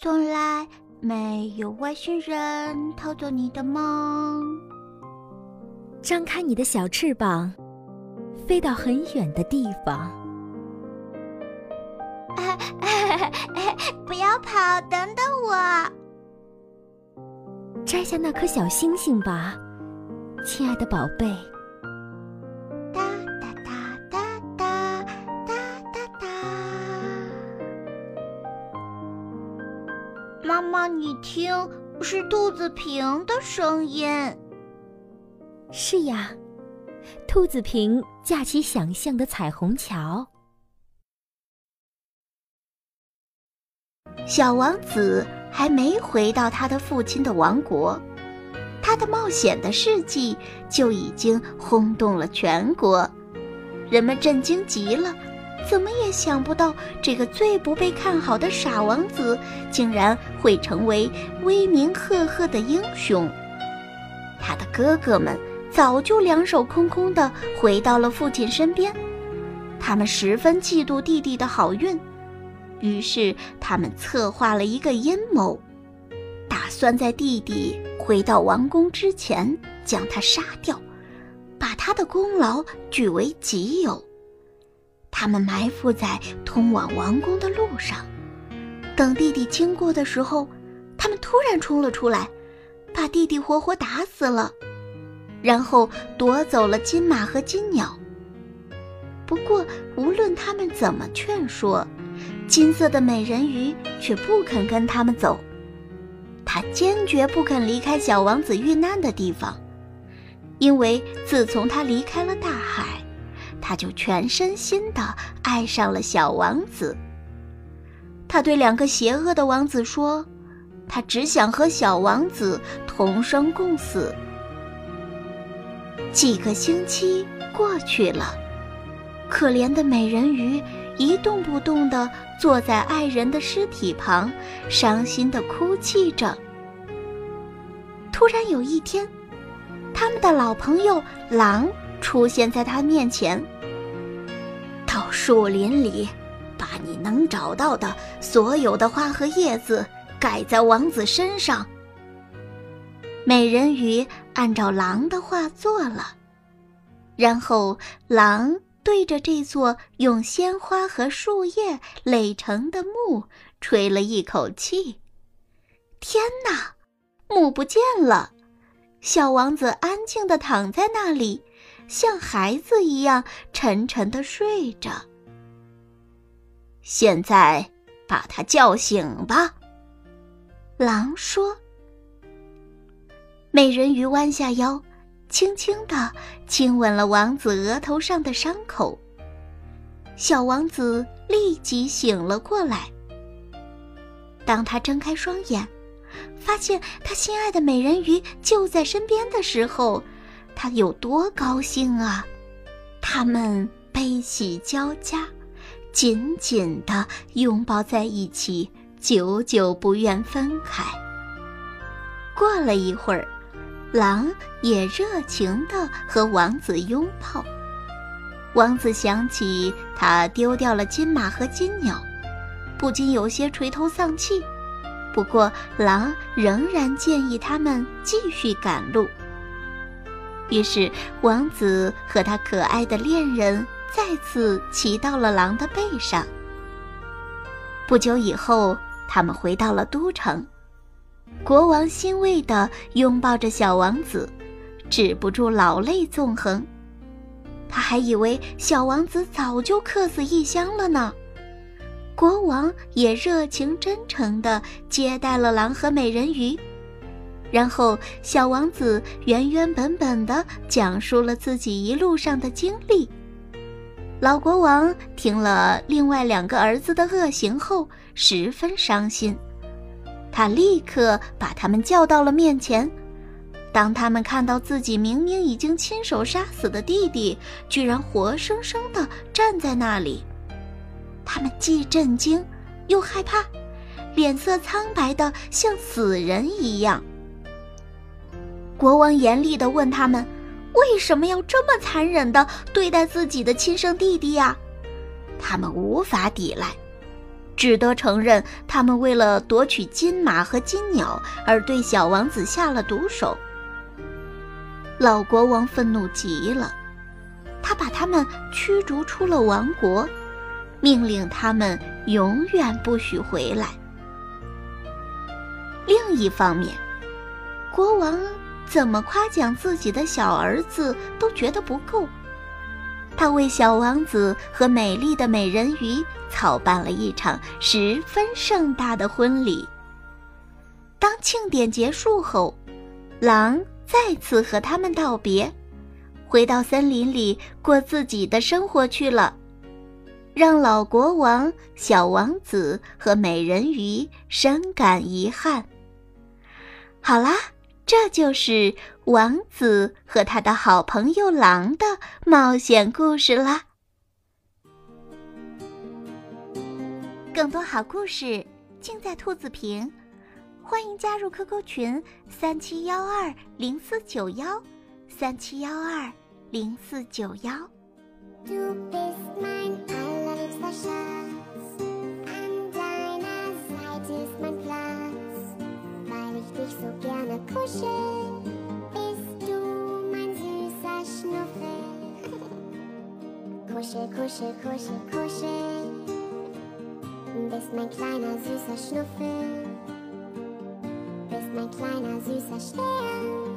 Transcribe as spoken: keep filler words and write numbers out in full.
从来没有外星人偷走你的梦。 张开你的小翅膀，飞到很远的地方。 哎哎哎，不要跑，等等我。 摘下那颗小星星吧，亲爱的宝贝。 哒哒哒哒哒哒哒哒。妈妈，你听，是兔子平的声音。 是呀，兔子平架起想象的彩虹桥。 小王子还没回到他的父亲的王国，他的冒险的事迹就已经轰动了全国，人们震惊极了，怎么也想不到这个最不被看好的傻王子竟然会成为威名赫赫的英雄。他的哥哥们早就两手空空地回到了父亲身边，他们十分嫉妒弟弟的好运，于是他们策划了一个阴谋，打算在弟弟回到王宫之前将他杀掉，把他的功劳据为己有。他们埋伏在通往王宫的路上，等弟弟经过的时候，他们突然冲了出来，把弟弟活活打死了，然后夺走了金马和金鸟。不过无论他们怎么劝说，金色的美人鱼却不肯跟他们走，她坚决不肯离开小王子遇难的地方，因为自从他离开了大海，他就全身心地爱上了小王子。他对两个邪恶的王子说，他只想和小王子同生共死。几个星期过去了，可怜的美人鱼一动不动地坐在爱人的尸体旁，伤心地哭泣着。突然有一天，他们的老朋友狼出现在他面前。到树林里，把你能找到的所有的花和叶子盖在王子身上。美人鱼按照狼的话做了，然后狼对着这座用鲜花和树叶垒成的墓吹了一口气。天哪，墓不见了！小王子安静地躺在那里，像孩子一样沉沉地睡着。现在把他叫醒吧，狼说。美人鱼弯下腰，轻轻地亲吻了王子额头上的伤口。小王子立即醒了过来。当他睁开双眼，发现他心爱的美人鱼就在身边的时候，他有多高兴啊！他们悲喜交加，紧紧地拥抱在一起，久久不愿分开。过了一会儿，狼也热情地和王子拥抱。王子想起他丢掉了金马和金鸟，不禁有些垂头丧气。不过狼仍然建议他们继续赶路。于是王子和他可爱的恋人再次骑到了狼的背上。不久以后，他们回到了都城。国王欣慰地拥抱着小王子，止不住老泪纵横。他还以为小王子早就客死异乡了呢。国王也热情真诚地接待了狼和美人鱼，然后小王子原原本本地讲述了自己一路上的经历。老国王听了另外两个儿子的恶行后，十分伤心。他立刻把他们叫到了面前。当他们看到自己明明已经亲手杀死的弟弟，居然活生生地站在那里，他们既震惊又害怕，脸色苍白得像死人一样。国王严厉地问他们，为什么要这么残忍地对待自己的亲生弟弟呀？他们无法抵赖， 只得承认他们为了夺取金马和金鸟而对小王子下了毒手。老国王愤怒极了，他把他们驱逐出了王国，命令他们永远不许回来。另一方面，国王怎么夸奖自己的小儿子都觉得不够，他为小王子和美丽的美人鱼操办了一场十分盛大的婚礼。当庆典结束后，狼再次和他们道别，回到森林里过自己的生活去了，让老国王、小王子和美人鱼深感遗憾。好啦，这就是王子和他的好朋友狼的冒险故事啦。更多好故事尽在兔子瓶，欢迎加入 Q Q 群三七幺二零四九幺三七幺二零四九幺。 Du bist mein allerliebster Schatz, an deiner Seite ist mein Platz, weil ich dich so gerne kuschel, bist du mein süßer Schnuffel. Kuschel, kuschel, kuschel, kuschel, bist mein kleiner süßer Schnuffel, bist mein kleiner süßer Stern.